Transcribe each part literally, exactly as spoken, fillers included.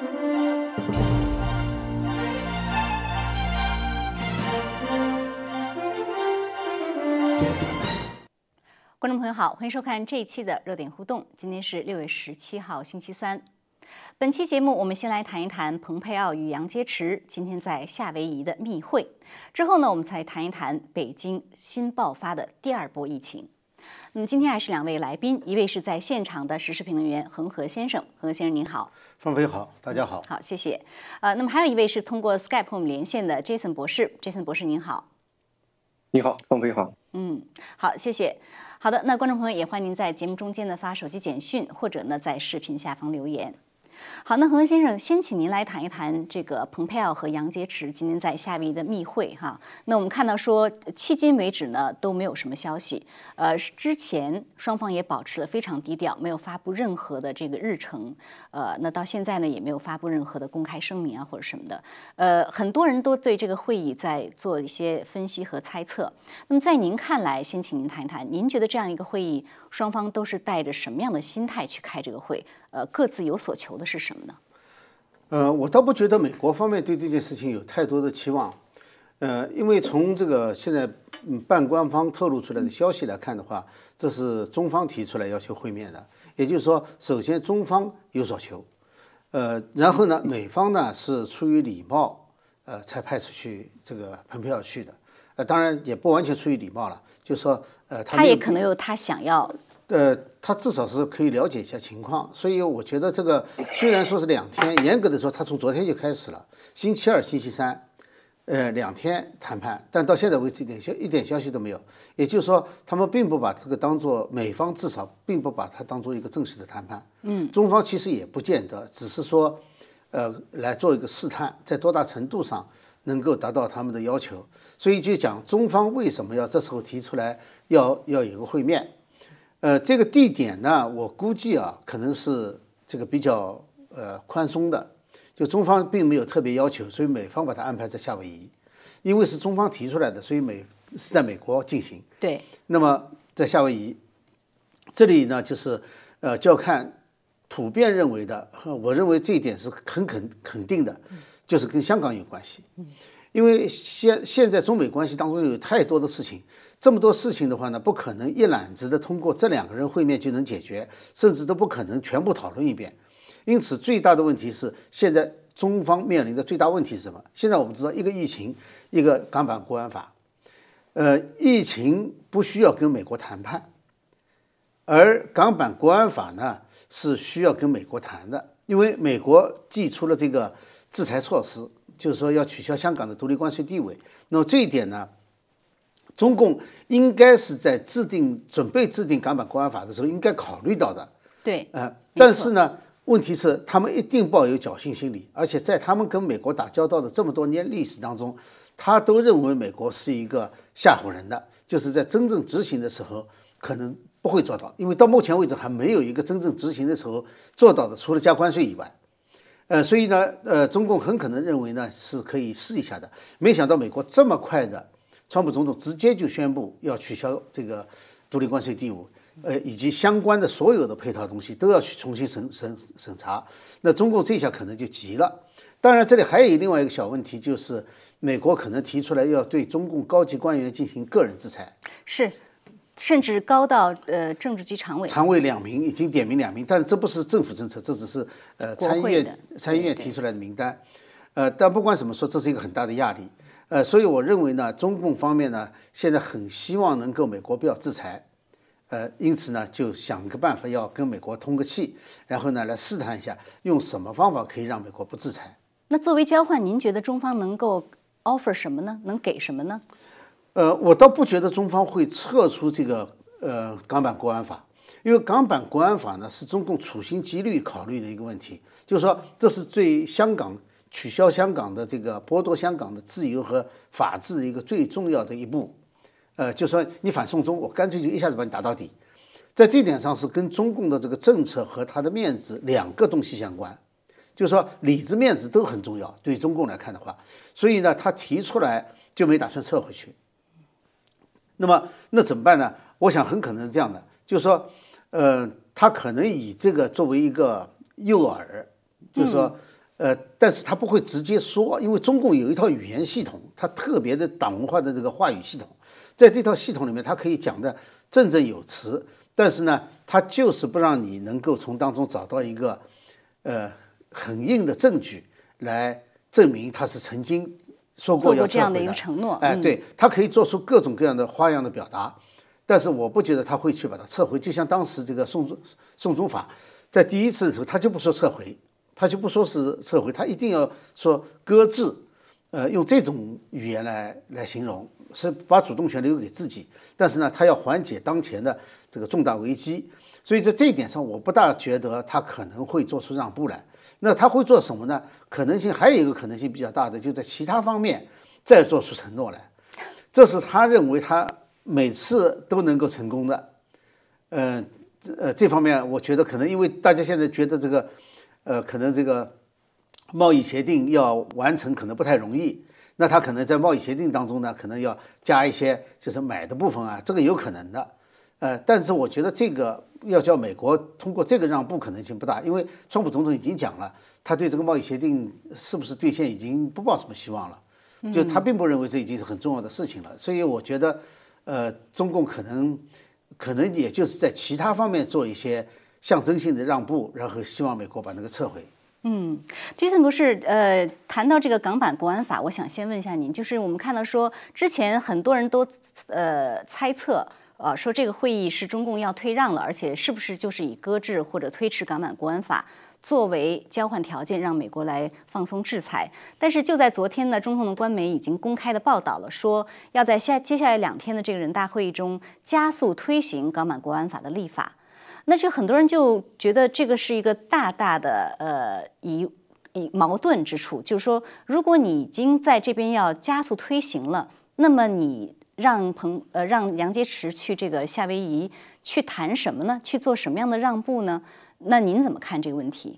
观众朋友好，欢迎收看这一期的热点互动。今天是六月十七号，星期三。本期节目我们先来谈一谈蓬佩奥与杨洁篪今天在夏威夷的密会，之后呢，我们才谈一谈北京新爆发的第二波疫情。那么今天还是两位来宾，一位是在现场的时事评论员恒河先生，恒河先生您好。 方飞好，大家好。 好，谢谢。呃，那么还有一位是通过 Skype 和我们连线的 Jason 博士 ，Jason 博士您好。 你好，方飞好。 嗯，好，谢谢。好的，那观众朋友也欢迎您在节目中间呢发手机简讯，或者呢在视频下方留言。好，那恒河先生，先请您来谈一谈这个蓬佩奥和杨洁篪今天在夏威夷的密会哈。那我们看到说，迄今为止呢都没有什么消息。呃，之前双方也保持了非常低调，没有发布任何的这个日程。呃，那到现在呢也没有发布任何的公开声明啊或者什么的。呃，很多人都对这个会议在做一些分析和猜测。那么在您看来，先请您谈一谈，您觉得这样一个会议，双方都是带着什么样的心态去开这个会？呃，各自有所求的是什么呢？ 呃，我倒不觉得美国方面对这件事情有太多的期望。呃，因为从这个现在嗯半官方透露出来的消息来看的话，这是中方提出来要求会面的，也就是说，首先中方有所求，呃，然后呢，美方呢是出于礼貌，呃，才派出去这个蓬佩奥去的。呃，当然也不完全出于礼貌了，就是说，呃，他, 他也可能有他想要。 呃，他至少是可以了解一下情况，所以我觉得这个虽然说是两天，严格的说，他从昨天就开始了，星期二、星期三，呃，两天谈判，但到现在为止一点消一点消息都没有。也就是说，他们并不把这个当做美方至少并不把它当做一个正式的谈判。嗯，中方其实也不见得，只是说，呃，来做一个试探，在多大程度上能够达到他们的要求。所以就讲中方为什么要这时候提出来要要有个会面。呃，这个地点呢，我估计啊，可能是这个比较呃宽松的，就中方并没有特别要求，所以美方把它安排在夏威夷，因为是中方提出来的，所以美是在美国进行。 对。 那么在夏威夷，这里呢，就是呃，就要看普遍认为的，我认为这一点是很肯肯定的，就是跟香港有关系，因为现现在中美关系当中有太多的事情。这么多事情的话呢，不可能一揽子的通过这两个人会面就能解决，甚至都不可能全部讨论一遍。因此，最大的问题是，现在中方面临的最大问题是什么？现在我们知道，一个疫情，一个港版国安法。呃，疫情不需要跟美国谈判，而港版国安法呢是需要跟美国谈的，因为美国祭出了这个制裁措施，就是说要取消香港的独立关税地位。那么这一点呢？中共应该是在制定、准备制定港版国安法的时候，应该考虑到的。 对， 呃，但是呢，问题是他们一定抱有侥幸心理，而且在他们跟美国打交道的这么多年历史当中，他都认为美国是一个吓唬人的，就是在真正执行的时候可能不会做到，因为到目前为止还没有一个真正执行的时候做到的，除了加关税以外。呃，所以呢，呃，中共很可能认为呢是可以试一下的，没想到美国这么快的。川普总统直接就宣布要取消这个独立关税地位，呃，以及相关的所有的配套东西都要去重新审审审查。那中共这下可能就急了。当然，这里还有另外一个小问题，就是美国可能提出来要对中共高级官员进行个人制裁， 是，甚至高到呃政治局常委， 常委两名已经点名两名，但是这不是政府政策，这只是呃参议院参议院提出来的名单。呃，但不管怎么说，这是一个很大的压力。呃，所以我认为呢，中共方面呢，现在很希望能够美国不要制裁，呃，因此呢，就想个办法要跟美国通个气，然后呢，来试探一下用什么方法可以让美国不制裁。 那作为交换，您觉得中方能够 offer 什么呢？能给什么呢？ 呃，我倒不觉得中方会撤出这个呃港版国安法，因为港版国安法呢是中共处心积虑考虑的一个问题，就是说这是对香港。取消香港的这个剥夺香港的自由和法治的一个最重要的一步，呃，就说你反送中，我干脆就一下子把你打到底，在这点上是跟中共的这个政策和他的面子两个东西相关，就是说里子面子都很重要，对中共来看的话，所以呢，他提出来就没打算撤回去。那么那怎么办呢？我想很可能是这样的，就是说，呃，他可能以这个作为一个诱饵，就是说。 呃，但是他不会直接说，因为中共有一套语言系统，它特别的党文化的这个话语系统，在这套系统里面，它可以讲的振振有词，但是呢，它就是不让你能够从当中找到一个呃很硬的证据来证明他是曾经说过要撤回的。 做过这样的一个承诺。 哎，对，他可以做出各种各样的花样的表达，但是我不觉得他会去把它撤回。就像当时这个送中送中法，在第一次的时候，他就不说撤回，他就不说是撤回，他一定要说搁置，呃，用这种语言来来形容，是把主动权留给自己。但是呢，他要缓解当前的这个重大危机，所以在这一点上，我不大觉得他可能会做出让步来。那他会做什么呢？可能性还有一个可能性比较大的，就在其他方面再做出承诺来，这是他认为他每次都能够成功的。呃呃，这方面我觉得可能因为大家现在觉得这个，呃，可能这个贸易协定要完成可能不太容易，那他可能在贸易协定当中呢，可能要加一些就是买的部分啊，这个有可能的。呃，但是我觉得这个要叫美国通过这个让步可能性不大，因为川普总统已经讲了，他对这个贸易协定是不是兑现已经不抱什么希望了，就他并不认为这已经是很重要的事情了。所以我觉得，呃，中共可能可能也就是在其他方面做一些象征性的让步，然后希望美国把那个撤回。 嗯，这次不是呃谈到这个港版国安法，我想先问一下您，就是我们看到说之前很多人都呃猜测。呃，说这个会议是中共要退让了，而且是不是就是以搁置或者推迟港版国安法作为交换条件，让美国来放松制裁？但是就在昨天呢，中共的官媒已经公开的报道了，说要在下接下来两天的这个人大会议中加速推行港版国安法的立法。那是很多人就觉得这个是一个大大的呃以以矛盾之处，就是说，如果你已经在这边要加速推行了，那么你让彭呃让杨洁篪去这个夏威夷去谈什么呢？去做什么样的让步呢？那您怎么看这个问题？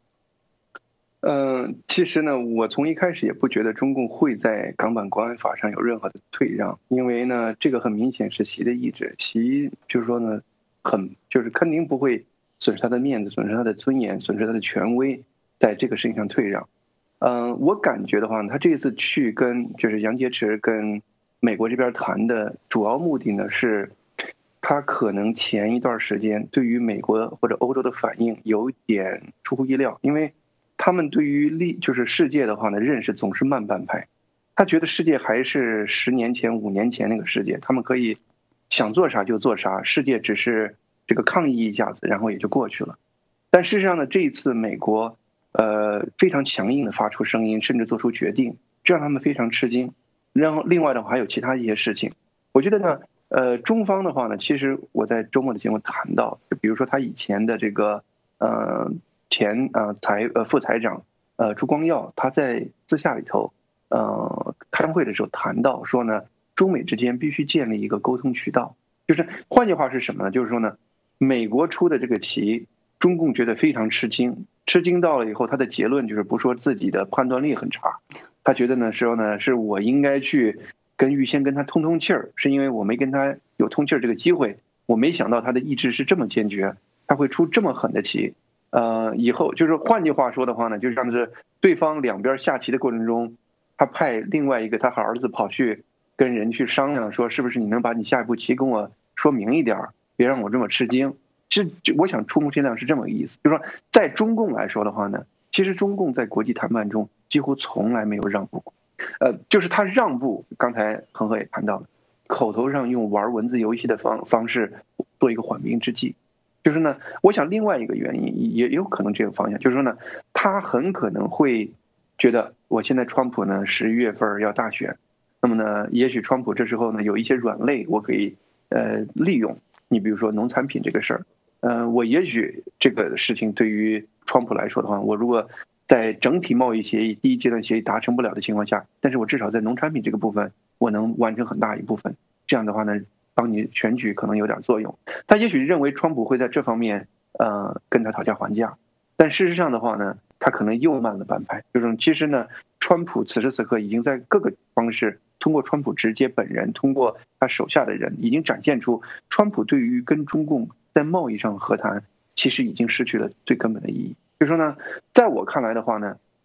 嗯、呃，其实呢，我从一开始也不觉得中共会在港版国安法上有任何的退让，因为呢，这个很明显是习的意志，习就是说呢，很就是肯定不会损失他的面子，损失他的尊严，损失他的权威，在这个事情上退让。嗯、呃，我感觉的话呢，他这次去跟就是杨洁篪跟美国这边谈的主要目的呢，是他可能前一段时间对于美国或者欧洲的反应有点出乎意料，因为他们对于历就是世界的话呢，认识总是慢半拍。他觉得世界还是十年前、五年前那个世界，他们可以想做啥就做啥，世界只是这个抗议一下子，然后也就过去了。但事实上呢，这一次美国呃非常强硬的发出声音，甚至做出决定，这让他们非常吃惊。然后另外的话还有其他一些事情，我觉得呢，呃，中方的话呢，其实我在周末的节目谈到，就比如说他以前的这个呃前呃财呃副财长呃朱光耀，他在私下里头呃开会的时候谈到说呢，中美之间必须建立一个沟通渠道，就是换句话是什么呢？就是说呢，美国出的这个题，中共觉得非常吃惊，吃惊到了以后，他的结论就是不说自己的判断力很差。他觉得呢，时候呢，是我应该去跟预先跟他通通气儿，是因为我没跟他有通气儿这个机会，我没想到他的意志是这么坚决，他会出这么狠的棋。呃，以后就是换句话说的话呢，就像是对方两边下棋的过程中，他派另外一个他和儿子跑去跟人去商量，说是不是你能把你下一步棋跟我说明一点，别让我这么吃惊。是，我想触目现象是这么个意思，就是说在中共来说的话呢，其实中共在国际谈判中几乎从来没有让步过，呃，就是他让步，刚才恒河也谈到了，口头上用玩文字游戏的方方式做一个缓兵之计，就是呢，我想另外一个原因也有可能这个方向，就是说呢，他很可能会觉得我现在川普呢十一月份要大选，那么呢，也许川普这时候呢有一些软肋，我可以呃利用，你比如说农产品这个事儿。呃，我也许这个事情对于川普来说的话，我如果在整体贸易协议第一阶段协议达成不了的情况下，但是我至少在农产品这个部分，我能完成很大一部分。这样的话呢，帮你选举可能有点作用。他也许认为川普会在这方面呃跟他讨价还价，但事实上的话呢，他可能又慢了半拍。就是其实呢，川普此时此刻已经在各个方式，通过川普直接本人，通过他手下的人，已经展现出川普对于跟中共在贸易上和谈，其实已经失去了最根本的意义。就是说呢，在我看来的话呢，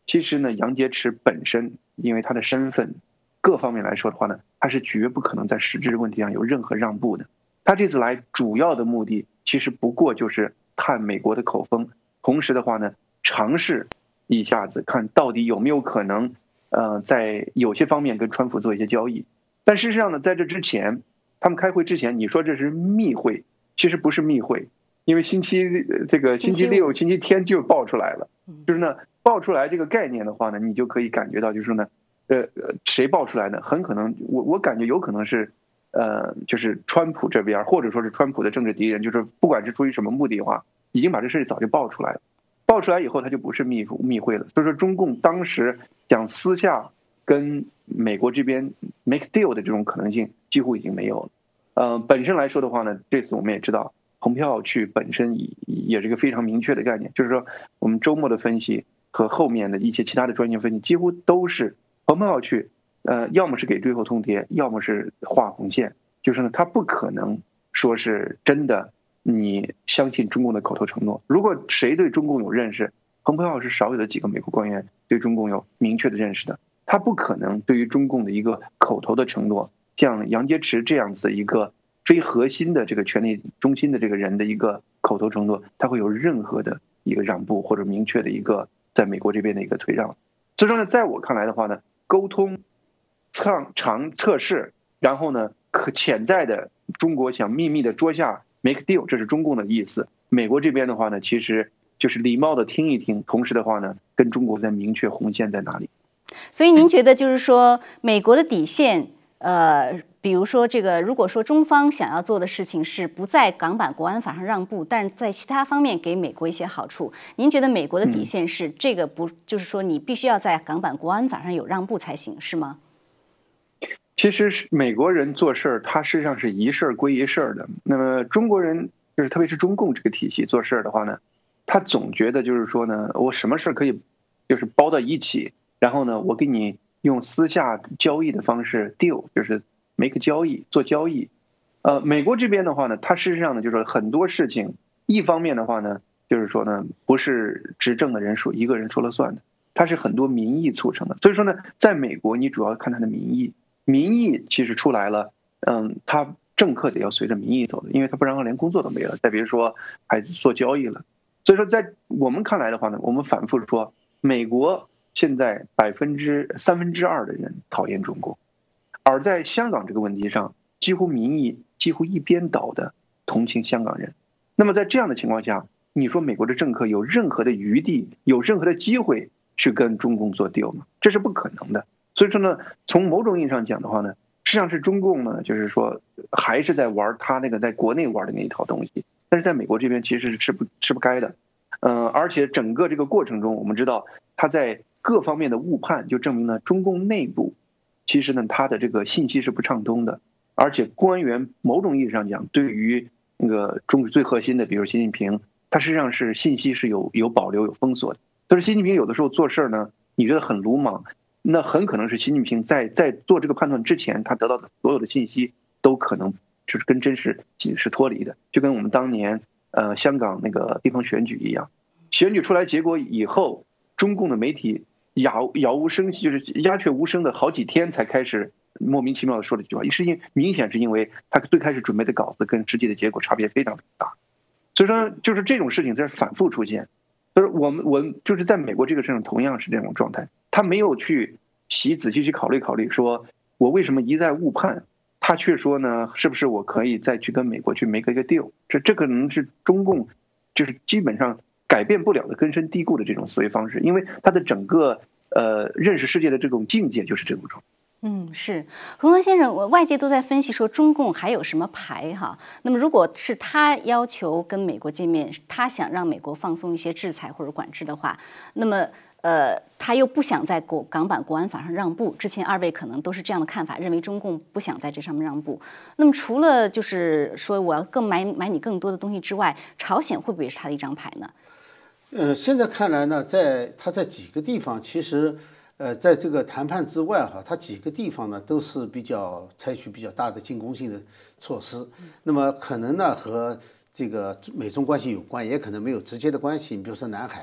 其实呢，杨洁篪本身因为他的身份各方面来说的话呢，他是绝不可能在实质问题上有任何让步的。他这次来主要的目的其实不过就是探美国的口风，同时的话呢，尝试一下子看到底有没有可能，呃，在有些方面跟川普做一些交易。但事实上呢，在这之前，他们开会之前，你说这是密会，其实不是密会，因为星期这个星期六、星期天就爆出来了，就是呢，爆出来这个概念的话呢，你就可以感觉到，就是呢，呃，谁爆出来呢？很可能，我我感觉有可能是。呃，就是川普这边，或者说是川普的政治敌人，就是不管是出于什么目的的话，已经把这事早就爆出来了。爆出来以后，他就不是密密会了。所以说，中共当时想私下跟美国这边 make deal 的这种可能性几乎已经没有了。呃，本身来说的话呢，这次我们也知道，蓬佩奥去本身也也是一个非常明确的概念，就是说我们周末的分析和后面的一些其他的专家分析，几乎都是蓬佩奥去。呃，要么是给最后通牒，要么是画红线，就是呢，他不可能说是真的，你相信中共的口头承诺。如果谁对中共有认识，蓬佩奥是少有的几个美国官员对中共有明确的认识的，他不可能对于中共的一个口头的承诺，像杨洁篪这样子一个非核心的这个权力中心的这个人的一个口头承诺，他会有任何的一个让步或者明确的一个在美国这边的一个退让。所以说呢，在我看来的话呢，沟通。测尝测试，然后呢，可潜在的中国想秘密的捉下 make deal， 这是中共的意思。美国这边的话呢，其实就是礼貌的听一听，同时的话呢，跟中国在明确红线在哪里。 所以您觉得就是说，美国的底线，呃，比如说这个，如果说中方想要做的事情是不在港版国安法上让步，但是在其他方面给美国一些好处，您觉得美国的底线是这个不，就是说你必须要在港版国安法上有让步才行，是吗？ 其实是美国人做事儿，他实际上是一事儿归一事儿的。那么中国人，就是特别是中共这个体系做事儿的话呢，他总觉得就是说呢，我什么事儿可以就是包到一起，然后呢，我给你用私下交易的方式 deal， 就是 make 交易做交易。呃，美国这边的话呢，它事实上呢，就是说很多事情，一方面的话呢，就是说呢，不是执政的人数一个人说了算的，它是很多民意促成的。所以说呢，在美国你主要看它的民意。民意其实出来了，嗯，他政客得要随着民意走的，因为他不然连工作都没了。再比如说还做交易了，所以说在我们看来的话呢，我们反复说，美国现在百分之三分之二的人讨厌中共，而在香港这个问题上，几乎民意几乎一边倒的同情香港人。那么在这样的情况下，你说美国的政客有任何的余地，有任何的机会去跟中共做 deal 吗？这是不可能的。所以说呢，从某种意义上讲的话呢，实际上是中共呢，就是说还是在玩他那个在国内玩的那一套东西，但是在美国这边其实是吃不吃不开的，嗯、呃，而且整个这个过程中，我们知道他在各方面的误判，就证明呢，中共内部其实呢，他的这个信息是不畅通的，而且官员某种意义上讲，对于那个中最核心的，比如习近平，他实际上是信息是有有保留有封锁的。但是习近平有的时候做事呢，你觉得很鲁莽。那很可能是习近平在在做这个判断之前，他得到的所有的信息都可能就是跟真实是脱离的，就跟我们当年呃香港那个地方选举一样，选举出来结果以后，中共的媒体杳杳无声息，就是鸦雀无声的好几天才开始莫名其妙的说了一句话，是因明显是因为他最开始准备的稿子跟实际的结果差别非常大，所以说就是这种事情在反复出现。就是我们我就是在美国这个事情同样是这种状态，他没有去细仔细去考虑考虑，说我为什么一再误判，他却说呢，是不是我可以再去跟美国去 make 一个 deal？ 这这可能是中共就是基本上改变不了的根深蒂固的这种思维方式，因为他的整个呃认识世界的这种境界就是这种状态。 嗯，是洪刚先生，我外界都在分析说中共还有什么牌哈？那么如果是他要求跟美国见面，他想让美国放松一些制裁或者管制的话，那么呃，他又不想在国港版国安法上让步。之前二位可能都是这样的看法，认为中共不想在这上面让步。那么除了就是说我要更买买你更多的东西之外，朝鲜会不会也是他的一张牌呢？ 呃，现在看来呢，在他在几个地方其实。呃，在这个谈判之外哈，它几个地方呢都是比较采取比较大的进攻性的措施。那么可能呢和这个美中关系有关，也可能没有直接的关系。你比如说南海，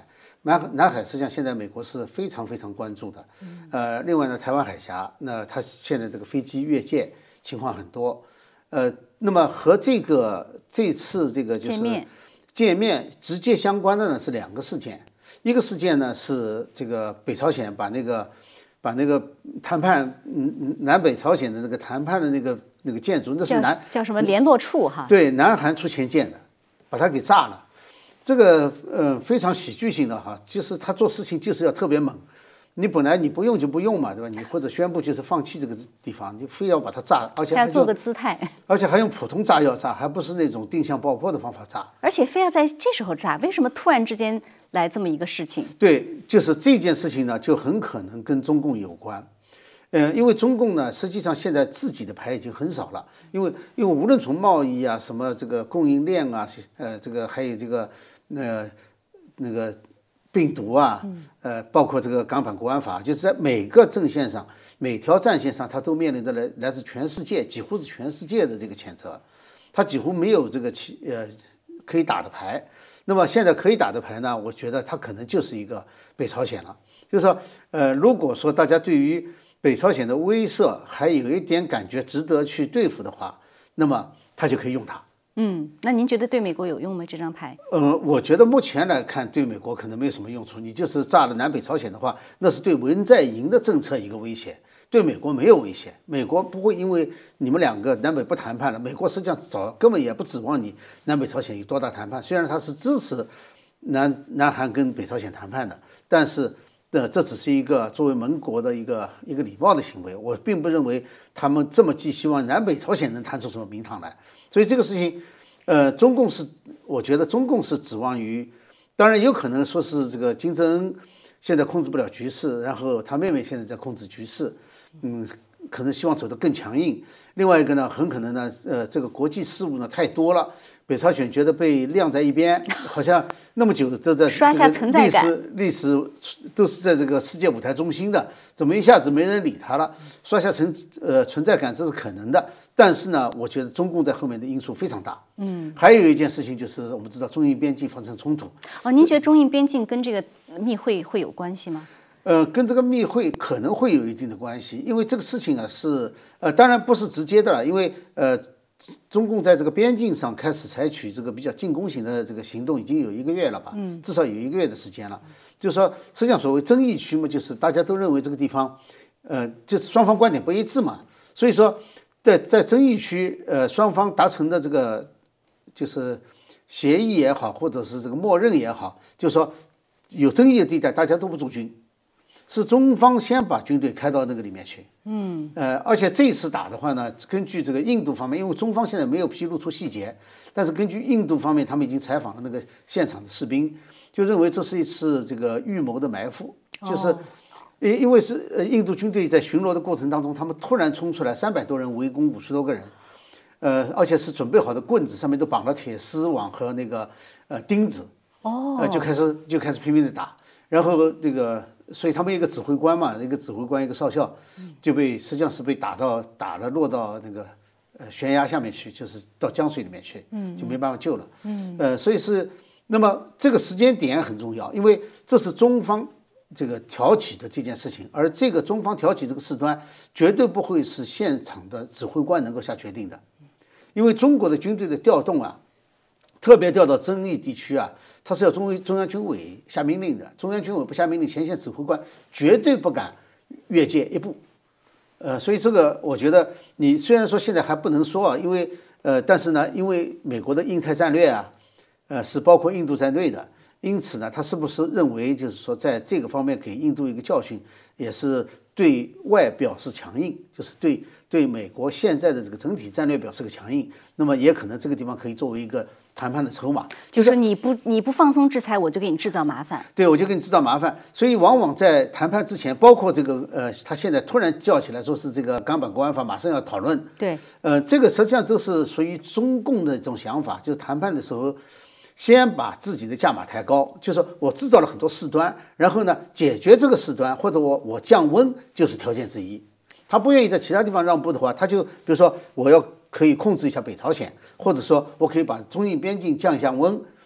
南南海实际上现在美国是非常非常关注的。呃，另外呢，台湾海峡，那它现在这个飞机越界情况很多。呃，那么和这个这次这个就是见面见面直接相关的呢是两个事件，一个事件呢是这个北朝鲜把那个把那个谈判，嗯，南北朝鲜的那个谈判的那个那个建筑，那是南叫什么联络处哈？ 对，南韩出钱建的，把它给炸了。这个呃非常喜剧性的哈，就是他做事情就是要特别猛。你本来你不用就不用嘛，对吧？你或者宣布就是放弃这个地方，你非要把它炸，而且还要做个姿态， 而且还用普通炸药炸，还不是那种定向爆破的方法炸。 而且非要在这时候炸，为什么突然之间来这么一个事情？ 对，就是这件事情呢，就很可能跟中共有关。呃，因为中共呢，实际上现在自己的牌已经很少了，因为因为无论从贸易啊、什么这个供应链啊，呃，这个还有这个呃那个病毒啊，呃，包括这个港版国安法，就是在每个阵线上、每条战线上，它都面临着来来自全世界，几乎是全世界的这个谴责，它几乎没有这个其呃可以打的牌。那么现在可以打的牌呢，我觉得它可能就是一个北朝鲜了。就是说，呃，如果说大家对于北朝鲜的威慑还有一点感觉值得去对付的话，那么他就可以用它。 嗯，那您觉得对美国有用吗？这张牌？ 呃，我觉得目前来看，对美国可能没有什么用处。你就是炸了南北朝鲜的话，那是对文在寅的政策一个威胁，对美国没有威胁。美国不会因为你们两个南北不谈判了，美国实际上早根本也不指望你南北朝鲜有多大谈判。虽然他是支持南南韩跟北朝鲜谈判的，但是。这这只是一个作为盟国的一个一个礼貌的行为，我并不认为他们这么寄希望南北朝鲜能谈出什么名堂来。所以这个事情，呃，中共是，我觉得中共是指望于，当然有可能说是这个金正恩现在控制不了局势，然后他妹妹现在在控制局势，嗯，可能希望走得更强硬。另外一个呢，很可能呢，呃，这个国际事务呢太多了。北朝鲜觉得被晾在一边，好像那么久都在刷下存在感， 历史历史都是在这个世界舞台中心的，怎么一下子没人理他了？刷下存呃存在感这是可能的，但是呢，我觉得中共在后面的因素非常大。嗯，还有一件事情就是我们知道中印边境发生冲突。 哦，您觉得中印边境跟这个密会会有关系吗？ 呃，跟这个密会可能会有一定的关系，因为这个事情啊是呃，当然不是直接的了，因为呃。中共在这个边境上开始采取这个比较进攻型的这个行动，已经有一个月了吧？嗯，至少有一个月的时间了。就是说，实际上所谓争议区嘛，就是大家都认为这个地方，呃，就是双方观点不一致嘛。所以说，在在争议区，呃，双方达成的这个就是协议也好，或者是这个默认也好，就是说有争议的地带，大家都不驻军。是中方先把军队开到那个里面去，嗯，呃，而且这次打的话呢，根据这个印度方面，因为中方现在没有披露出细节，但是根据印度方面，他们已经采访了那个现场的士兵，就认为这是一次这个预谋的埋伏，就是因因为是呃印度军队在巡逻的过程当中，他们突然冲出来，三百多人围攻五十多个人，呃，而且是准备好的棍子，上面都绑了铁丝网和那个呃钉子，哦，呃，就开始就开始拼命的打，然后这个。所以他们一个指挥官嘛，一个指挥官，一个少校，就被实际上是被打到打了落到那个呃悬崖下面去，就是到江水里面去，就没办法救了。嗯，呃，所以是那么这个时间点很重要，因为这是中方这个挑起的这件事情，而这个中方挑起这个事端，绝对不会是现场的指挥官能够下决定的，因为中国的军队的调动啊，特别调到争议地区啊。他是要中中央军委下命令的，中央军委不下命令，前线指挥官绝对不敢越界一步。呃，所以这个我觉得，你虽然说现在还不能说啊，因为呃，但是呢，因为美国的印太战略啊，呃，是包括印度在内的，因此呢，他是不是认为就是说在这个方面给印度一个教训，也是对外表示强硬，就是对对美国现在的这个整体战略表示个强硬，那么也可能这个地方可以作为一个。谈判的筹码， 就是你不你不放松制裁，我就给你制造麻烦。 对，我就给你制造麻烦。所以往往在谈判之前，包括这个呃，他现在突然叫起来说是这个港版国安法马上要讨论。 对， 呃，这个实际上都是属于中共的这种想法，就是谈判的时候，先把自己的价码抬高，就是说我制造了很多事端，然后呢解决这个事端，或者我我降温就是条件之一。他不愿意在其他地方让步的话，他就比如说我要。可以控制一下北朝鲜，或者说我可以把中印边境降一下温，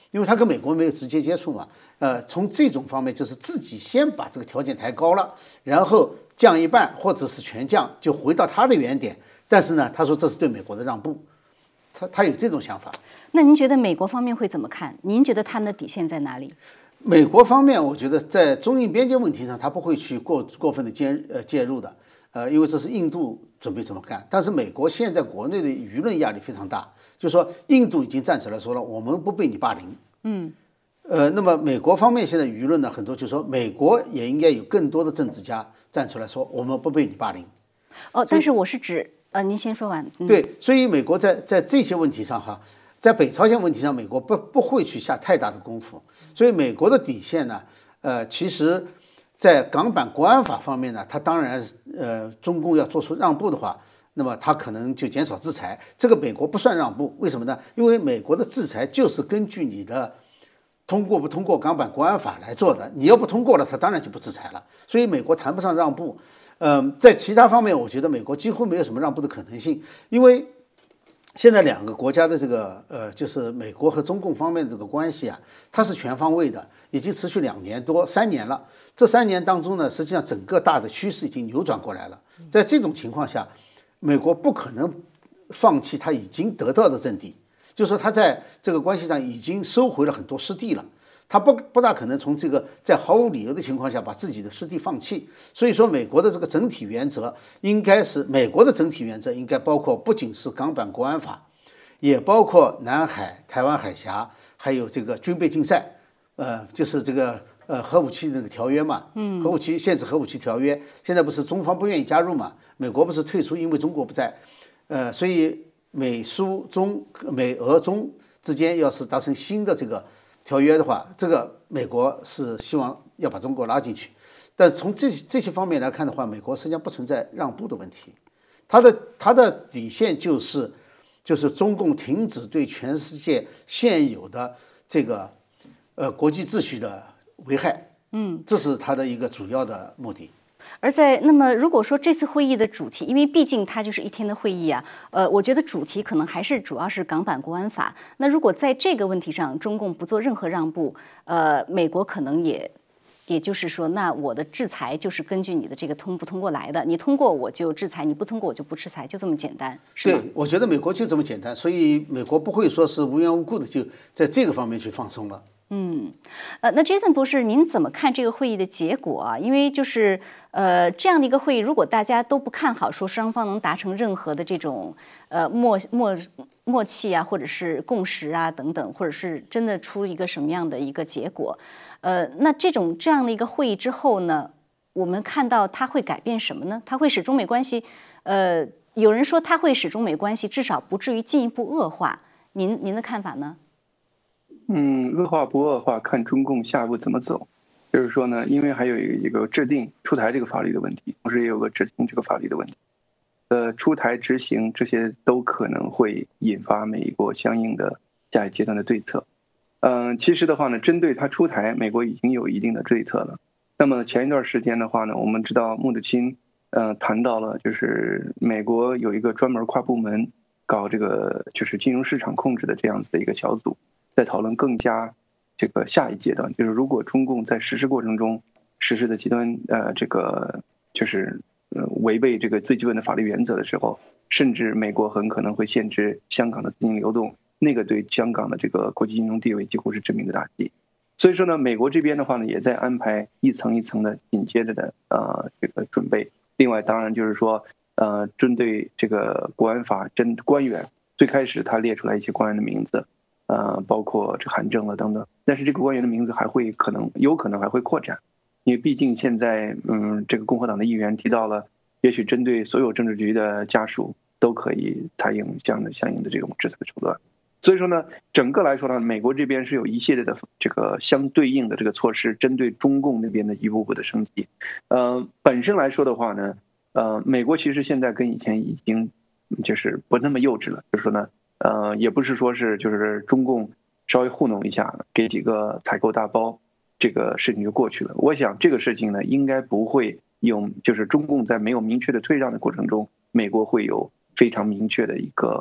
因为他跟美国没有直接接触嘛。呃，从这种方面就是自己先把这个条件抬高了，然后降一半或者是全降，就回到他的原点。但是呢，他说这是对美国的让步，他他有这种想法。 那您觉得美国方面会怎么看？您觉得他们的底线在哪里？ 美国方面，我觉得在中印边界问题上，他不会去过过分的介呃介入的，呃，因为这是印度准备怎么干。但是美国现在国内的舆论压力非常大，就是说印度已经站出来说了，我们不被你霸凌。 嗯， 呃，那么美国方面现在舆论呢，很多就是说美国也应该有更多的政治家站出来说，我们不被你霸凌。 哦，但是我是指呃，您先说完。嗯、 对，所以美国在在这些问题上哈。在北朝鲜问题上，美国不不会去下太大的功夫，所以美国的底线呢，呃，其实，在港版国安法方面呢，它当然，呃，中共要做出让步的话，那么它可能就减少制裁。这个美国不算让步，为什么呢？因为美国的制裁就是根据你的通过不通过港版国安法来做的，你要不通过了，它当然就不制裁了。所以美国谈不上让步。嗯、呃，在其他方面，我觉得美国几乎没有什么让步的可能性，因为。现在两个国家的这个呃，就是美国和中共方面的这个关系啊，它是全方位的，已经持续两年多、三年了。这三年当中呢，实际上整个大的趋势已经扭转过来了。在这种情况下，美国不可能放弃他已经得到的阵地，就是说他在这个关系上已经收回了很多失地了。他不不大可能从这个在毫无理由的情况下把自己的失地放弃，所以说美国的这个整体原则应该是美国的整体原则应该包括不仅是港版国安法，也包括南海、台湾海峡，还有这个军备竞赛，呃，就是这个呃核武器那个条约嘛，嗯，核武器限制核武器条约，现在不是中方不愿意加入嘛，美国不是退出，因为中国不在，呃，所以美苏中美俄中之间要是达成新的这个。条约的话，这个美国是希望要把中国拉进去，但从这这些方面来看的话，美国实际上不存在让步的问题，它的它的底线就是就是中共停止对全世界现有的这个呃国际秩序的危害，嗯，这是它的一个主要的目的。 而在那么，如果说这次会议的主题，因为毕竟它就是一天的会议啊，呃，我觉得主题可能还是主要是港版国安法。那如果在这个问题上，中共不做任何让步，呃，美国可能也，也就是说，那我的制裁就是根据你的这个通不通过来的，你通过我就制裁，你不通过我就不制裁，就这么简单，是吗？ 对，我觉得美国就这么简单，所以美国不会说是无缘无故的就在这个方面去放松了。 嗯，呃，那 Jason 博士，您怎么看这个会议的结果啊？因为就是呃这样的一个会议，如果大家都不看好说双方能达成任何的这种呃默默默契啊，或者是共识啊等等，或者是真的出一个什么样的一个结果，呃，那这种这样的一个会议之后呢，我们看到它会改变什么呢？它会使中美关系，呃，有人说它会使中美关系至少不至于进一步恶化，您您的看法呢？ 嗯，恶化不恶化，看中共下一步怎么走。就是说呢，因为还有一个制定出台这个法律的问题，同时也有个执行这个法律的问题。呃，出台执行这些都可能会引发美国相应的下一阶段的对策。嗯、呃，其实的话呢，针对它出台，美国已经有一定的对策了。那么前一段时间的话呢，我们知道穆德钦呃谈到了，就是美国有一个专门跨部门搞这个就是金融市场控制的这样子的一个小组。在讨论更加这个下一阶段，就是如果中共在实施过程中实施的极端呃这个就是呃违背这个最基本的法律原则的时候，甚至美国很可能会限制香港的资金流动，那个对香港的这个国际金融地位几乎是致命的打击。所以说呢，美国这边的话呢，也在安排一层一层的紧接着的呃这个准备。另外，当然就是说呃针对这个国安法针官员，最开始他列出来一些官员的名字。呃，包括这韩正了等等，但是这个官员的名字还会可能有可能还会扩展，因为毕竟现在嗯，这个共和党的议员提到了，也许针对所有政治局的家属都可以采用相的相应的这种制裁手段。所以说呢，整个来说呢，美国这边是有一系列的这个相对应的这个措施，针对中共那边的一步步的升级。呃，本身来说的话呢，呃，美国其实现在跟以前已经就是不那么幼稚了，就是说呢。呃，也不是说是就是中共稍微糊弄一下，给几个采购大包，这个事情就过去了。我想这个事情呢，应该不会有，就是中共在没有明确的退让的过程中，美国会有非常明确的一个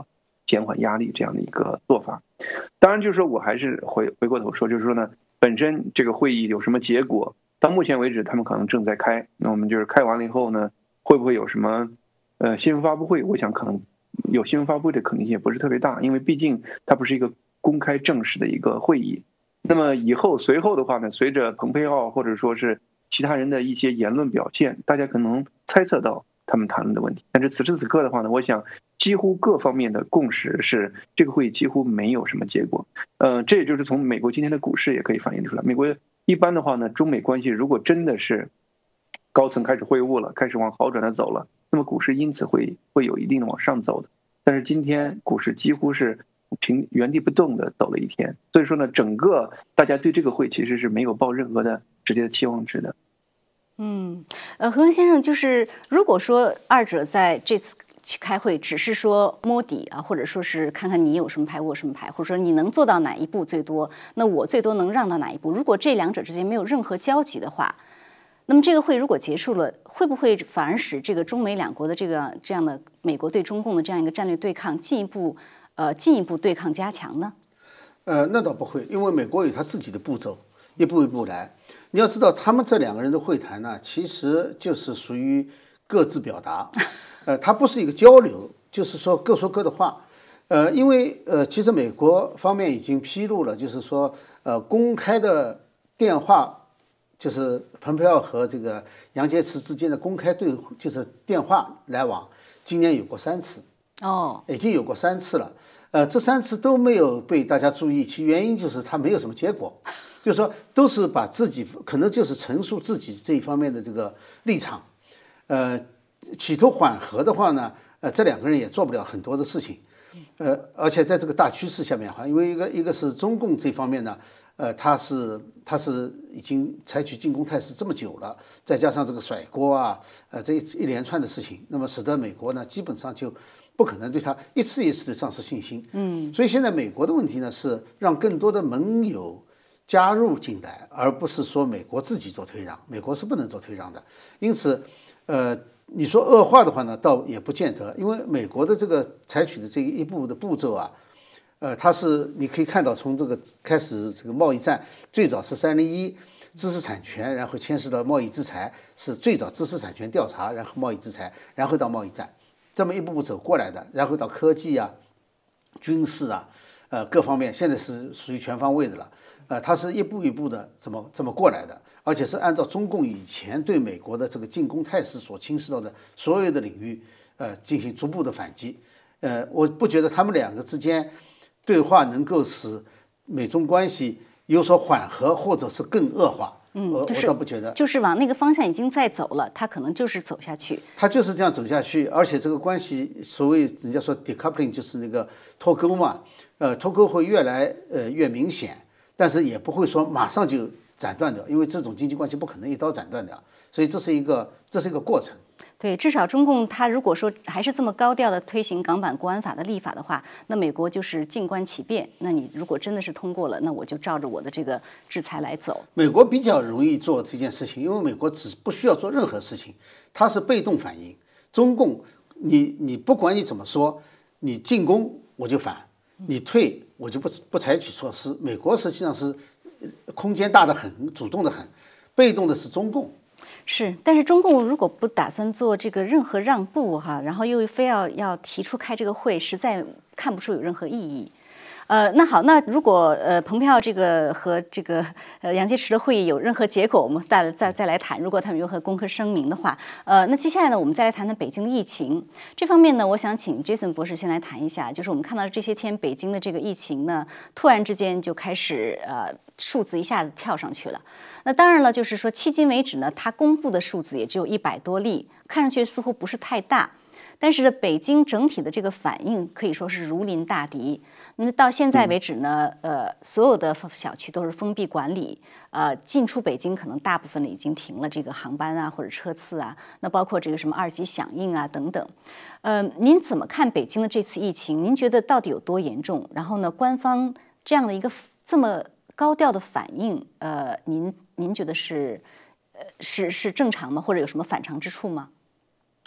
减缓压力这样的一个做法。当然，就是说我还是回回过头说，就是说呢，本身这个会议有什么结果，到目前为止他们可能正在开，那我们就是开完了以后呢，会不会有什么呃新闻发布会？我想可能有新闻发布会的可能性也不是特别大，因为毕竟它不是一个公开正式的一个会议。那么以后随后的话呢，随着蓬佩奥或者说是其他人的一些言论表现，大家可能猜测到他们谈论的问题。但是此时此刻的话呢，我想几乎各方面的共识是这个会议几乎没有什么结果。呃，这也就是从美国今天的股市也可以反映出来。美国一般的话呢，中美关系如果真的是高层开始会晤了，开始往好转的走了，那么股市因此会会有一定的往上走的。但是今天股市几乎是平原地不动的走了一天，所以说呢，整个大家对这个会其实是没有抱任何的直接的期望值的。 嗯，呃，何文先生，就是如果说二者在这次去开会，只是说摸底啊，或者说是看看你有什么牌，我有什么牌，或者说你能做到哪一步最多，那我最多能让到哪一步？如果这两者之间没有任何交集的话，那么这个会如果结束了，会不会反而使这个中美两国的这个这样的美国对中共的这样一个战略对抗进一步呃进一步对抗加强呢？ 呃，那倒不会，因为美国有他自己的步骤，一步一步来。你要知道，他们这两个人的会谈呢，其实就是属于各自表达，呃，它不是一个交流，就是说各说各的话。呃，因为呃，其实美国方面已经披露了，就是说呃，公开的电话。就是蓬佩奥和这个杨洁篪之间的公开对，就是电话来往，今年有过三次， 哦， 已经有过三次了。呃，这三次都没有被大家注意，其原因就是他没有什么结果，就是说都是把自己可能就是陈述自己这一方面的这个立场，呃，企图缓和的话呢，呃，这两个人也做不了很多的事情，呃，而且在这个大趋势下面哈，因为一个一个是中共这方面呢。呃，他是他是已经采取进攻态势这么久了，再加上这个甩锅啊，呃，这一一连串的事情，那么使得美国呢，基本上就不可能对他一次一次的丧失信心。嗯，所以现在美国的问题呢，是让更多的盟友加入进来，而不是说美国自己做退让，美国是不能做退让的。因此，呃，你说恶化的话呢，倒也不见得，因为美国的这个采取的这一步的步骤啊。呃，它是你可以看到，从这个开始这个贸易战，最早是三零一知识产权，然后牵涉到贸易制裁，是最早知识产权调查，然后贸易制裁，然后到贸易战，这么一步步走过来的，然后到科技啊、军事啊，呃各方面，现在是属于全方位的了。呃，它是一步一步的这么这么过来的，而且是按照中共以前对美国的这个进攻态势所侵蚀到的所有的领域，呃进行逐步的反击。呃，我不觉得他们两个之间。对话能够使美中关系有所缓和，或者是更恶化。嗯，我、就是、我倒不觉得， 就是往那个方向已经在走了，他可能就是走下去。 他就是这样走下去，而且这个关系，所谓人家说 decoupling 就是那个脱钩嘛，呃，脱钩会越来呃越明显，但是也不会说马上就斩断掉，因为这种经济关系不可能一刀斩断掉，所以这是一个这是一个过程。 对，至少中共他如果说还是这么高调的推行港版国安法的立法的话，那美国就是静观其变。那你如果真的是通过了，那我就照着我的这个制裁来走。 美国比较容易做这件事情，因为美国只不需要做任何事情，它是被动反应。中共，你你不管你怎么说，你进攻我就反，你退我就不不采取措施。美国实际上是空间大得很，主动的很，被动的是中共。 是，但是中共如果不打算做这个任何让步哈，然后又非要要提出开这个会，实在看不出有任何意义。呃，那好，那如果呃蓬佩奥这个和这个呃杨洁篪的会议有任何结果，我们再再再来谈。如果他们有何公开声明的话，呃，那接下来呢，我们再来谈谈北京的疫情这方面呢，我想请 Jason 博士先来谈一下。就是我们看到这些天北京的这个疫情呢，突然之间就开始呃数字一下子跳上去了。那当然了，就是说迄今为止呢，它公布的数字也只有一百多例，看上去似乎不是太大。但是北京整体的这个反应可以说是如临大敌。那么到现在为止呢，呃，所有的小区都是封闭管理，呃，进出北京可能大部分的已经停了这个航班啊或者车次啊，那包括这个什么二级响应啊等等。呃，您怎么看北京的这次疫情？您觉得到底有多严重？然后呢，官方这样的一个这么高调的反应，呃，您您觉得是呃是是正常吗？或者有什么反常之处吗？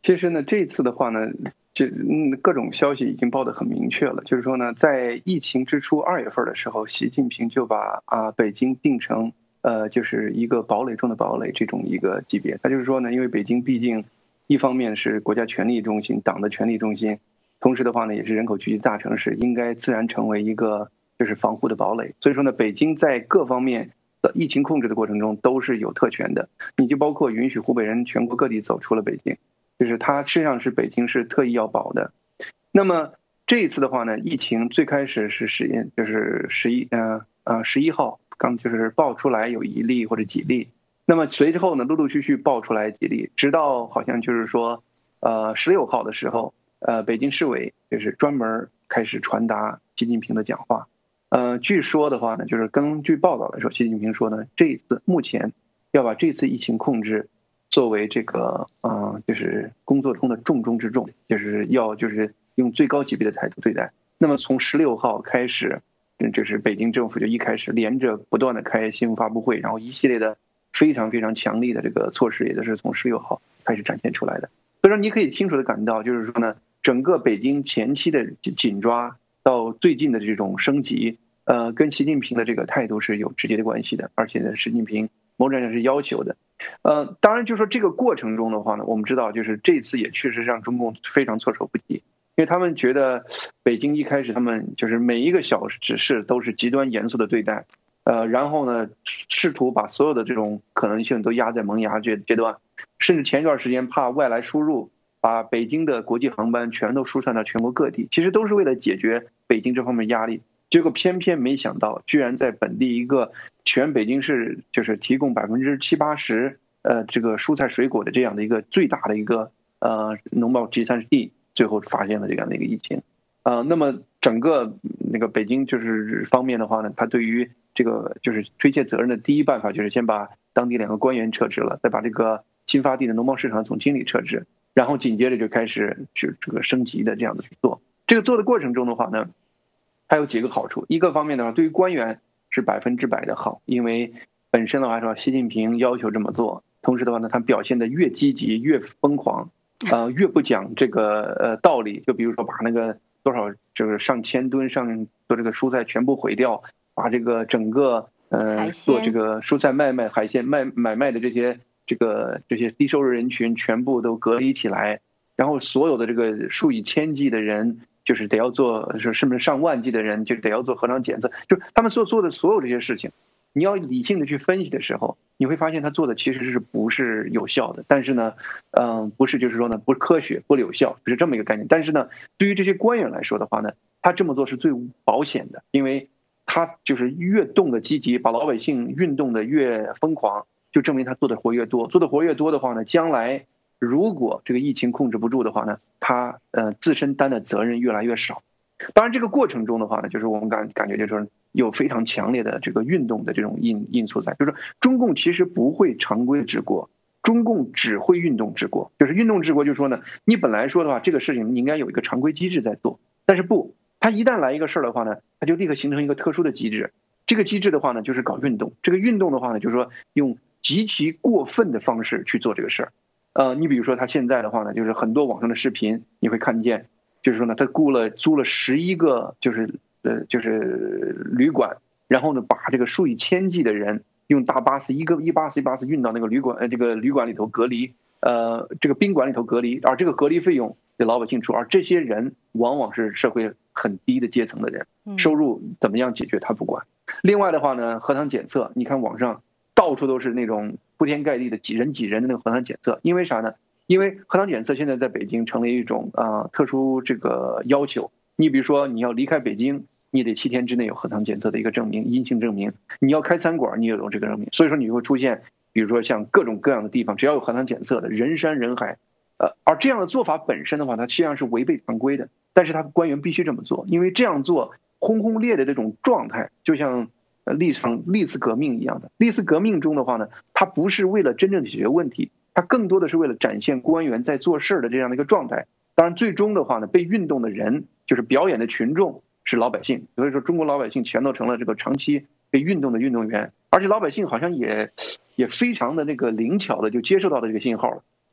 其实呢，这次的话呢，这嗯各种消息已经报得很明确了，就是说呢，在疫情之初二月份的时候，习近平就把啊北京定成呃就是一个堡垒中的堡垒这种一个级别。他就是说呢，因为北京毕竟一方面是国家权力中心、党的权力中心，同时的话呢，也是人口聚集大城市，应该自然成为一个就是防护的堡垒。所以说呢，北京在各方面的疫情控制的过程中都是有特权的，你就包括允许湖北人全国各地走出了北京。就是它实际上是北京是特意要保的。那么这一次的话呢，疫情最开始是十就是十一呃呃十一号刚就是爆出来有一例或者几例，那么随之后呢，陆陆续续爆出来几例，直到好像就是说呃十六号的时候，呃北京市委就是专门开始传达习近平的讲话。呃，据说的话呢，就是根据报道来说，习近平说呢，这一次目前要把这次疫情控制作为这个呃，就是工作中的重中之重，就是要就是用最高级别的态度对待。那么从十六号开始，就是北京政府就一开始连着不断的开新闻发布会，然后一系列的非常非常强力的这个措施，也就是从十六号开始展现出来的。所以说你可以清楚的感到，就是说呢，整个北京前期的紧抓到最近的这种升级，呃，跟习近平的这个态度是有直接的关系的，而且呢，习近平某种上是要求的。呃，当然，就是说这个过程中的话呢，我们知道，就是这次也确实让中共非常措手不及，因为他们觉得北京一开始他们就是每一个小指示都是极端严肃的对待，呃，然后呢，试图把所有的这种可能性都压在萌芽阶阶段，甚至前一段时间怕外来输入，把北京的国际航班全都疏散到全国各地，其实都是为了解决北京这方面压力。结果偏偏没想到，居然在本地一个全北京市就是提供百分之七八十呃这个蔬菜水果的这样的一个最大的一个呃农贸集散地，最后发现了这样的一个疫情。呃，那么整个那个北京就是方面的话呢，他对于这个就是推卸责任的第一办法就是先把当地两个官员撤职了，再把这个新发地的农贸市场总经理撤职，然后紧接着就开始去这个升级的这样的去做。这个做的过程中的话呢，它有几个好处。一个方面的话，对于官员是百分之百的好，因为本身的话说，习近平要求这么做，同时的话呢，他表现的越积极越疯狂，呃，越不讲这个呃道理。就比如说把那个多少就是上千吨上做这个蔬菜全部毁掉，把这个整个呃做这个蔬菜卖卖海鲜卖买卖的这些这个这些低收入人群全部都隔离起来，然后所有的这个数以千计的人。就是得要做，是甚至上万计的人就得要做核酸检测，就他们所做的所有这些事情，你要理性的去分析的时候，你会发现他做的其实是不是有效的。但是呢，嗯，不是就是说呢，不是科学，不有效，是这么一个概念。但是呢，对于这些官员来说的话呢，他这么做是最保险的，因为他就是越动的积极，把老百姓运动的越疯狂，就证明他做的活越多，做的活越多的话呢，将来。如果这个疫情控制不住的话呢，他呃自身担的责任越来越少。当然，这个过程中的话呢，就是我们感感觉就是有非常强烈的这个运动的这种因因素在，就是说中共其实不会常规治国，中共只会运动治国。就是运动治国，就是说呢，你本来说的话，这个事情你应该有一个常规机制在做，但是不，他一旦来一个事儿的话呢，他就立刻形成一个特殊的机制。这个机制的话呢，就是搞运动。这个运动的话呢，就是说用极其过分的方式去做这个事儿。呃，你比如说他现在的话呢，就是很多网上的视频你会看见，就是说呢，他雇了租了十一个就是呃就是旅馆，然后呢把这个数以千计的人用大巴士一个一巴士一巴士运到那个旅馆呃这个旅馆里头隔离，呃这个宾馆里头隔离，而这个隔离费用给老百姓出，而这些人往往是社会很低的阶层的人，收入怎么样解决他不管。另外的话呢，核酸检测，你看网上到处都是那种铺天盖地的挤人挤人的那个核酸检测，因为啥呢？因为核酸检测现在在北京成了一种呃特殊这个要求。你比如说你要离开北京，你得七天之内有核酸检测的一个证明，阴性证明。你要开餐馆，你也有这个证明。所以说你会出现，比如说像各种各样的地方，只要有核酸检测的，人山人海。呃，而这样的做法本身的话，它实际上是违背常规的，但是他官员必须这么做，因为这样做轰轰烈烈的这种状态，就像。呃，历场历次革命一样的，历次革命中的话呢，它不是为了真正解决问题，它更多的是为了展现官员在做事的这样的一个状态。当然，最终的话呢，被运动的人就是表演的群众是老百姓，所以说中国老百姓全都成了这个长期被运动的运动员，而且老百姓好像也也非常的那个灵巧的就接受到了这个信号了。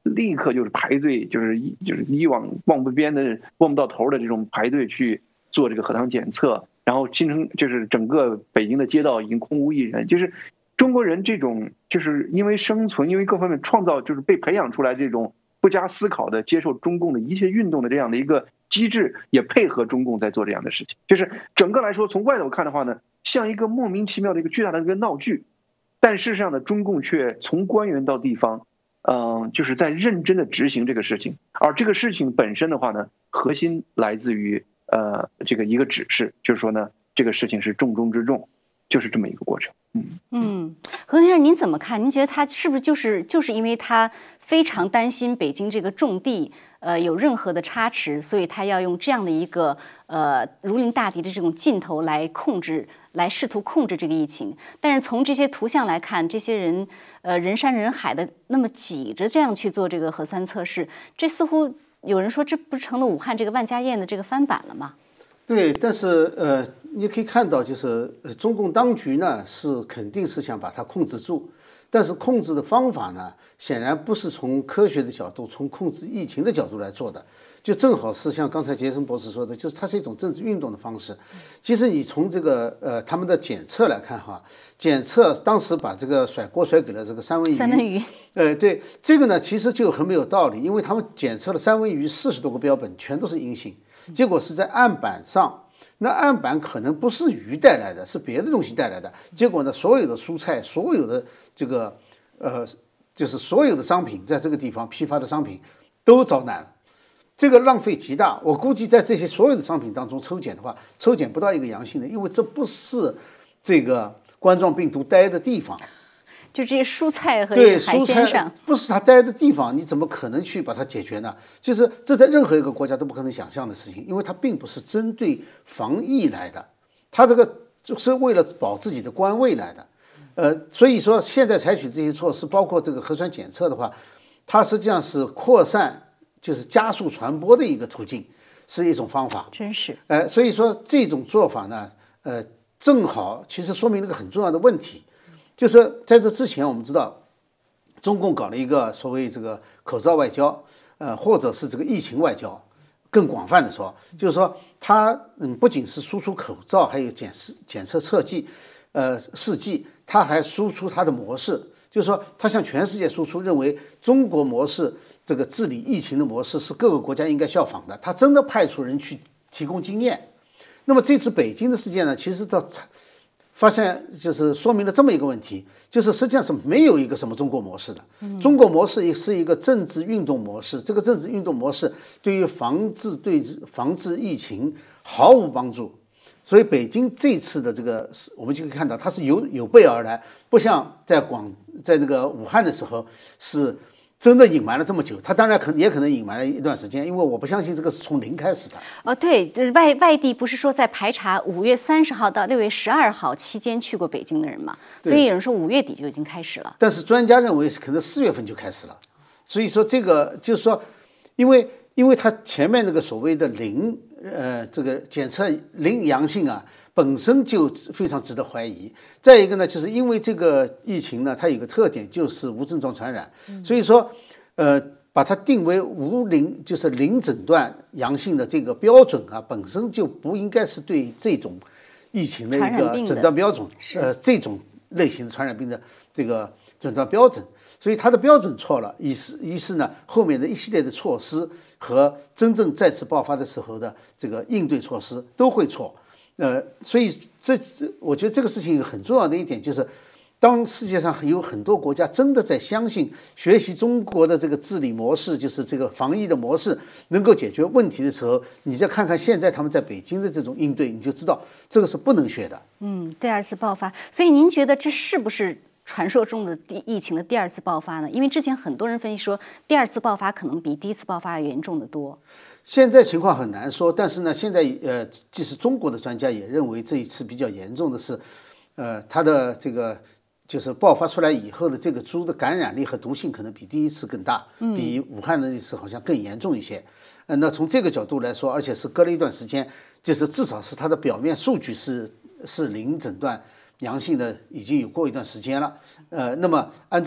立刻就是排队，就是一就是以往望不边的、望不到头的这种排队去做这个核糖检测，然后新城就是整个北京的街道已经空无一人，就是中国人这种就是因为生存，因为各方面创造，就是被培养出来这种不加思考的接受中共的一切运动的这样的一个机制，也配合中共在做这样的事情。就是整个来说，从外头看的话呢，像一个莫名其妙的一个巨大的一个闹剧，但事实上呢，中共却从官员到地方，嗯、呃，就是在认真的执行这个事情。而这个事情本身的话呢，核心来自于呃这个一个指示，就是说呢，这个事情是重中之重，就是这么一个过程。嗯嗯，何先生您怎么看？您觉得他是不是就是就是因为他非常担心北京这个重地呃有任何的差池，所以他要用这样的一个呃如临大敌的这种劲头来控制，来试图控制这个疫情？但是从这些图像来看，这些人呃人山人海的那么挤着这样去做这个核酸测试，这似乎有人说这不成了武汉这个万家宴的这个翻版了吗？ 对，但是呃，你可以看到，就是中共当局呢是肯定是想把它控制住，但是控制的方法呢，显然不是从科学的角度，从控制疫情的角度来做的，就正好是像刚才杰森博士说的，就是它是一种政治运动的方式。其实你从这个呃他们的检测来看哈，检测当时把这个甩锅甩给了这个三文鱼， 三文鱼， 呃，对这个呢，其实就很没有道理，因为他们检测了三文鱼四十多个标本，全都是阴性。结果是在案板上，那案板可能不是鱼带来的，是别的东西带来的。结果呢，所有的蔬菜，所有的这个呃，就是所有的商品，在这个地方批发的商品都遭难了，这个浪费极大。我估计在这些所有的商品当中抽检的话，抽检不到一个阳性的，因为这不是这个冠状病毒待的地方。 就这些蔬菜和对海鲜上， 不是它待的地方，你怎么可能去把它解决呢？就是这在任何一个国家都不可能想象的事情，因为它并不是针对防疫来的，它这个就是为了保自己的官位来的。呃，所以说现在采取这些措施，包括这个核酸检测的话，它实际上是扩散，就是加速传播的一个途径，是一种方法。 真是， 呃，所以说这种做法呢，呃，正好其实说明了个很重要的问题。就是在这之前，我们知道，中共搞了一个所谓这个口罩外交，呃，或者是这个疫情外交，更广泛的说，就是说它嗯不仅是输出口罩，还有检测检测测剂，呃试剂，它还输出它的模式，就是说它向全世界输出，认为中国模式这个治理疫情的模式是各个国家应该效仿的，它真的派出人去提供经验。那么这次北京的事件呢，其实到发现就是说明了这么一个问题，就是实际上是没有一个什么中国模式的。中国模式也是一个政治运动模式，这个政治运动模式对于防治对防治疫情毫无帮助。所以北京这次的这个，我们就可以看到它是有有备而来，不像在广在那个武汉的时候是真的隐瞒了这么久，他当然可也可能隐瞒了一段时间，因为我不相信这个是从零开始的。 哦，对，就是外外地不是说在排查五月三十号到六月十二号期间去过北京的人嘛，所以有人说五月底就已经开始了。 但是专家认为可能四月份就开始了，所以说这个就是说，因为因为他前面那个所谓的零呃这个检测零阳性啊，本身就非常值得怀疑。再一个呢，就是因为这个疫情呢，它有个特点就是无症状传染，所以说，呃，把它定为无零，就是零诊断阳性的这个标准啊，本身就不应该是对这种疫情的一个诊断标准，呃，这种类型的传染病的这个诊断标准，所以它的标准错了，于是于是呢，后面的一系列的措施和真正再次爆发的时候的这个应对措施都会错。呃，所以这我觉得这个事情很重要的一点就是，当世界上有很多国家真的在相信学习中国的这个治理模式，就是这个防疫的模式能够解决问题的时候，你再看看现在他们在北京的这种应对，你就知道这个是不能学的。 嗯，第二次爆发，所以您觉得这是不是传说中的第疫情的第二次爆发呢？因为之前很多人分析说，第二次爆发可能比第一次爆发要严重的多。 现在情况很难说，但是呢，现在呃，即使中国的专家也认为这一次比较严重的是，呃，它的这个就是爆发出来以后的这个猪的感染力和毒性可能比第一次更大，比武汉的那次好像更严重一些。呃，那从这个角度来说，而且是隔了一段时间，就是至少是它的表面数据是是零诊断阳性的，已经有过一段时间了。呃，那么按照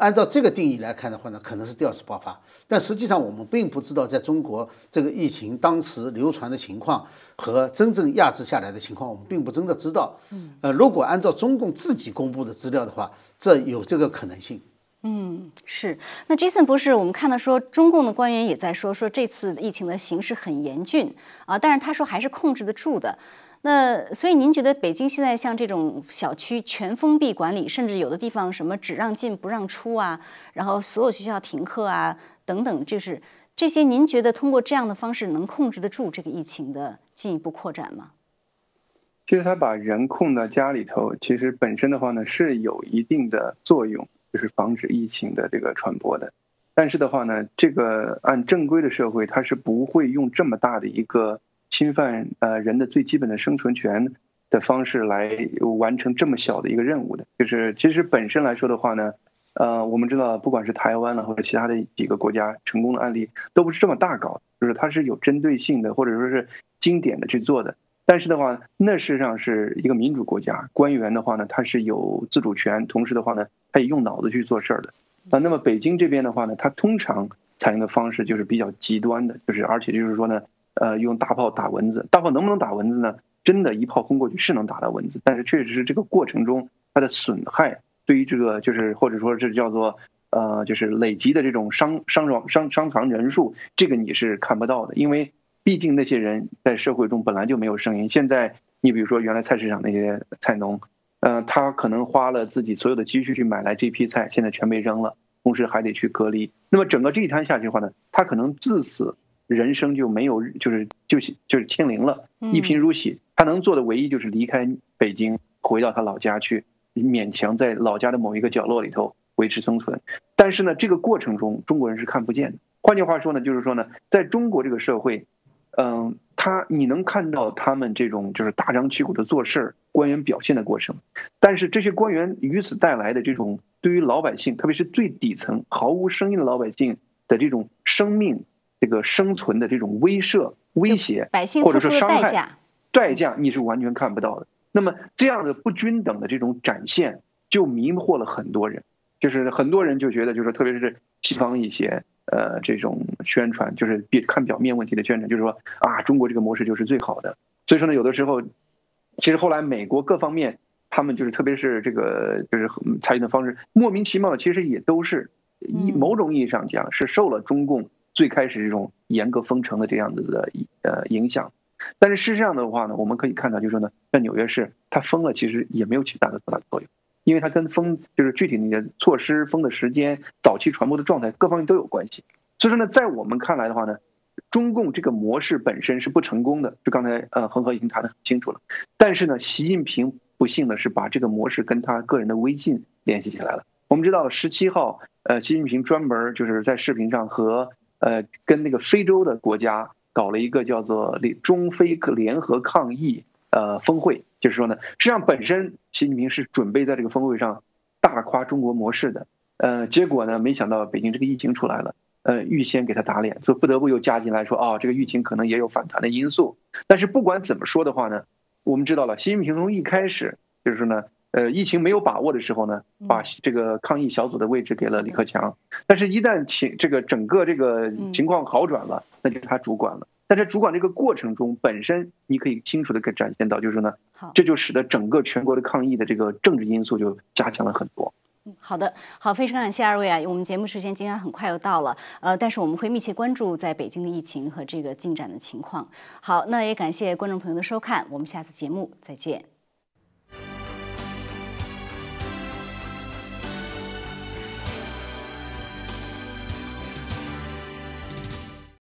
按照这个定义来看的话呢，可能是第二次爆发。但实际上我们并不知道在中国这个疫情当时流传的情况和真正压制下来的情况，我们并不真的知道。呃，如果按照中共自己公布的资料的话，这有这个可能性。 嗯，是。那 Jason 博士，我们看到说中共的官员也在说，说这次疫情的形势很严峻啊，但是他说还是控制得住的。那所以您觉得北京现在像这种小区全封闭管理，甚至有的地方什么只让进不让出啊，然后所有学校停课啊等等，就是这些，您觉得通过这样的方式能控制得住这个疫情的进一步扩展吗？ 其实他把人控到家里头，其实本身的话呢是有一定的作用，就是防止疫情的这个传播的。但是的话呢，这个按正规的社会，它是不会用这么大的一个侵犯呃人的最基本的生存权的方式来完成这么小的一个任务的。就是其实本身来说的话呢，呃，我们知道不管是台湾了或者其他的几个国家成功的案例，都不是这么大搞，就是它是有针对性的或者说是经典的去做的。但是的话，那事实上是一个民主国家，官员的话呢，他是有自主权，同时的话呢，他也用脑子去做事儿的。啊，那么北京这边的话呢，它通常采用的方式就是比较极端的，就是而且就是说呢，呃，用大炮打蚊子。大炮能不能打蚊子呢？真的，一炮轰过去是能打到蚊子，但是确实是这个过程中它的损害对于这个就是或者说是叫做呃就是累积的这种伤伤亡伤伤亡人数，这个你是看不到的，因为毕竟那些人在社会中本来就没有声音。现在你比如说原来菜市场那些菜农，呃，他可能花了自己所有的积蓄去买来这批菜，现在全被扔了，同时还得去隔离。那么整个这一摊下去的话呢，他可能自此人生就没有就是就是就是清零了，一贫如洗。他能做的唯一就是离开北京，回到他老家去，勉强在老家的某一个角落里头维持生存。但是呢，这个过程中中国人是看不见的。换句话说呢，就是说呢，在中国这个社会。嗯，他你能看到他们这种就是大张旗鼓的做事，官员表现的过程，但是这些官员与此带来的这种对于老百姓，特别是最底层毫无声音的老百姓的这种生命、这个生存的这种威慑、威胁，或者说伤害，代价你是完全看不到的。那么这样的不均等的这种展现，就迷惑了很多人，就是很多人就觉得，就是特别是西方一些。呃，这种宣传就是比看表面问题的宣传，就是说啊，中国这个模式就是最好的。所以说呢，有的时候，其实后来美国各方面，他们就是特别是这个就是采用的方式，莫名其妙的，其实也都是一某种意义上讲是受了中共最开始这种严格封城的这样子的呃影响。但是事实上的话呢，我们可以看到，就是说呢，在纽约市它封了，其实也没有起大的多大作用。因为它跟封就是具体你的措施、封的时间、早期传播的状态各方面都有关系。所以说呢，在我们看来的话呢，中共这个模式本身是不成功的，就刚才呃恒河已经谈得很清楚了。但是呢，习近平不幸的是把这个模式跟他个人的微信联系起来了。我们知道十七号，呃，习近平专门就是在视频上和呃跟那个非洲的国家搞了一个叫做中非联合抗疫呃峰会。就是说呢，实际上本身习近平是准备在这个峰会上大夸中国模式的，呃，结果呢，没想到北京这个疫情出来了，呃，预先给他打脸，所以不得不又加进来说，哦，这个疫情可能也有反弹的因素。但是不管怎么说的话呢，我们知道了，习近平从一开始就是说呢，呃，疫情没有把握的时候呢，把这个抗疫小组的位置给了李克强，但是一旦情这个整个这个情况好转了，那就是他主管了。但在主管这个过程中，本身你可以清楚的展现到，就是说呢，这就使得整个全国的抗疫的这个政治因素就加强了很多。 好的，好，非常感谢二位啊！我们节目时间今天很快又到了，呃，但是我们会密切关注在北京的疫情和这个进展的情况。好，那也感谢观众朋友的收看，我们下次节目再见。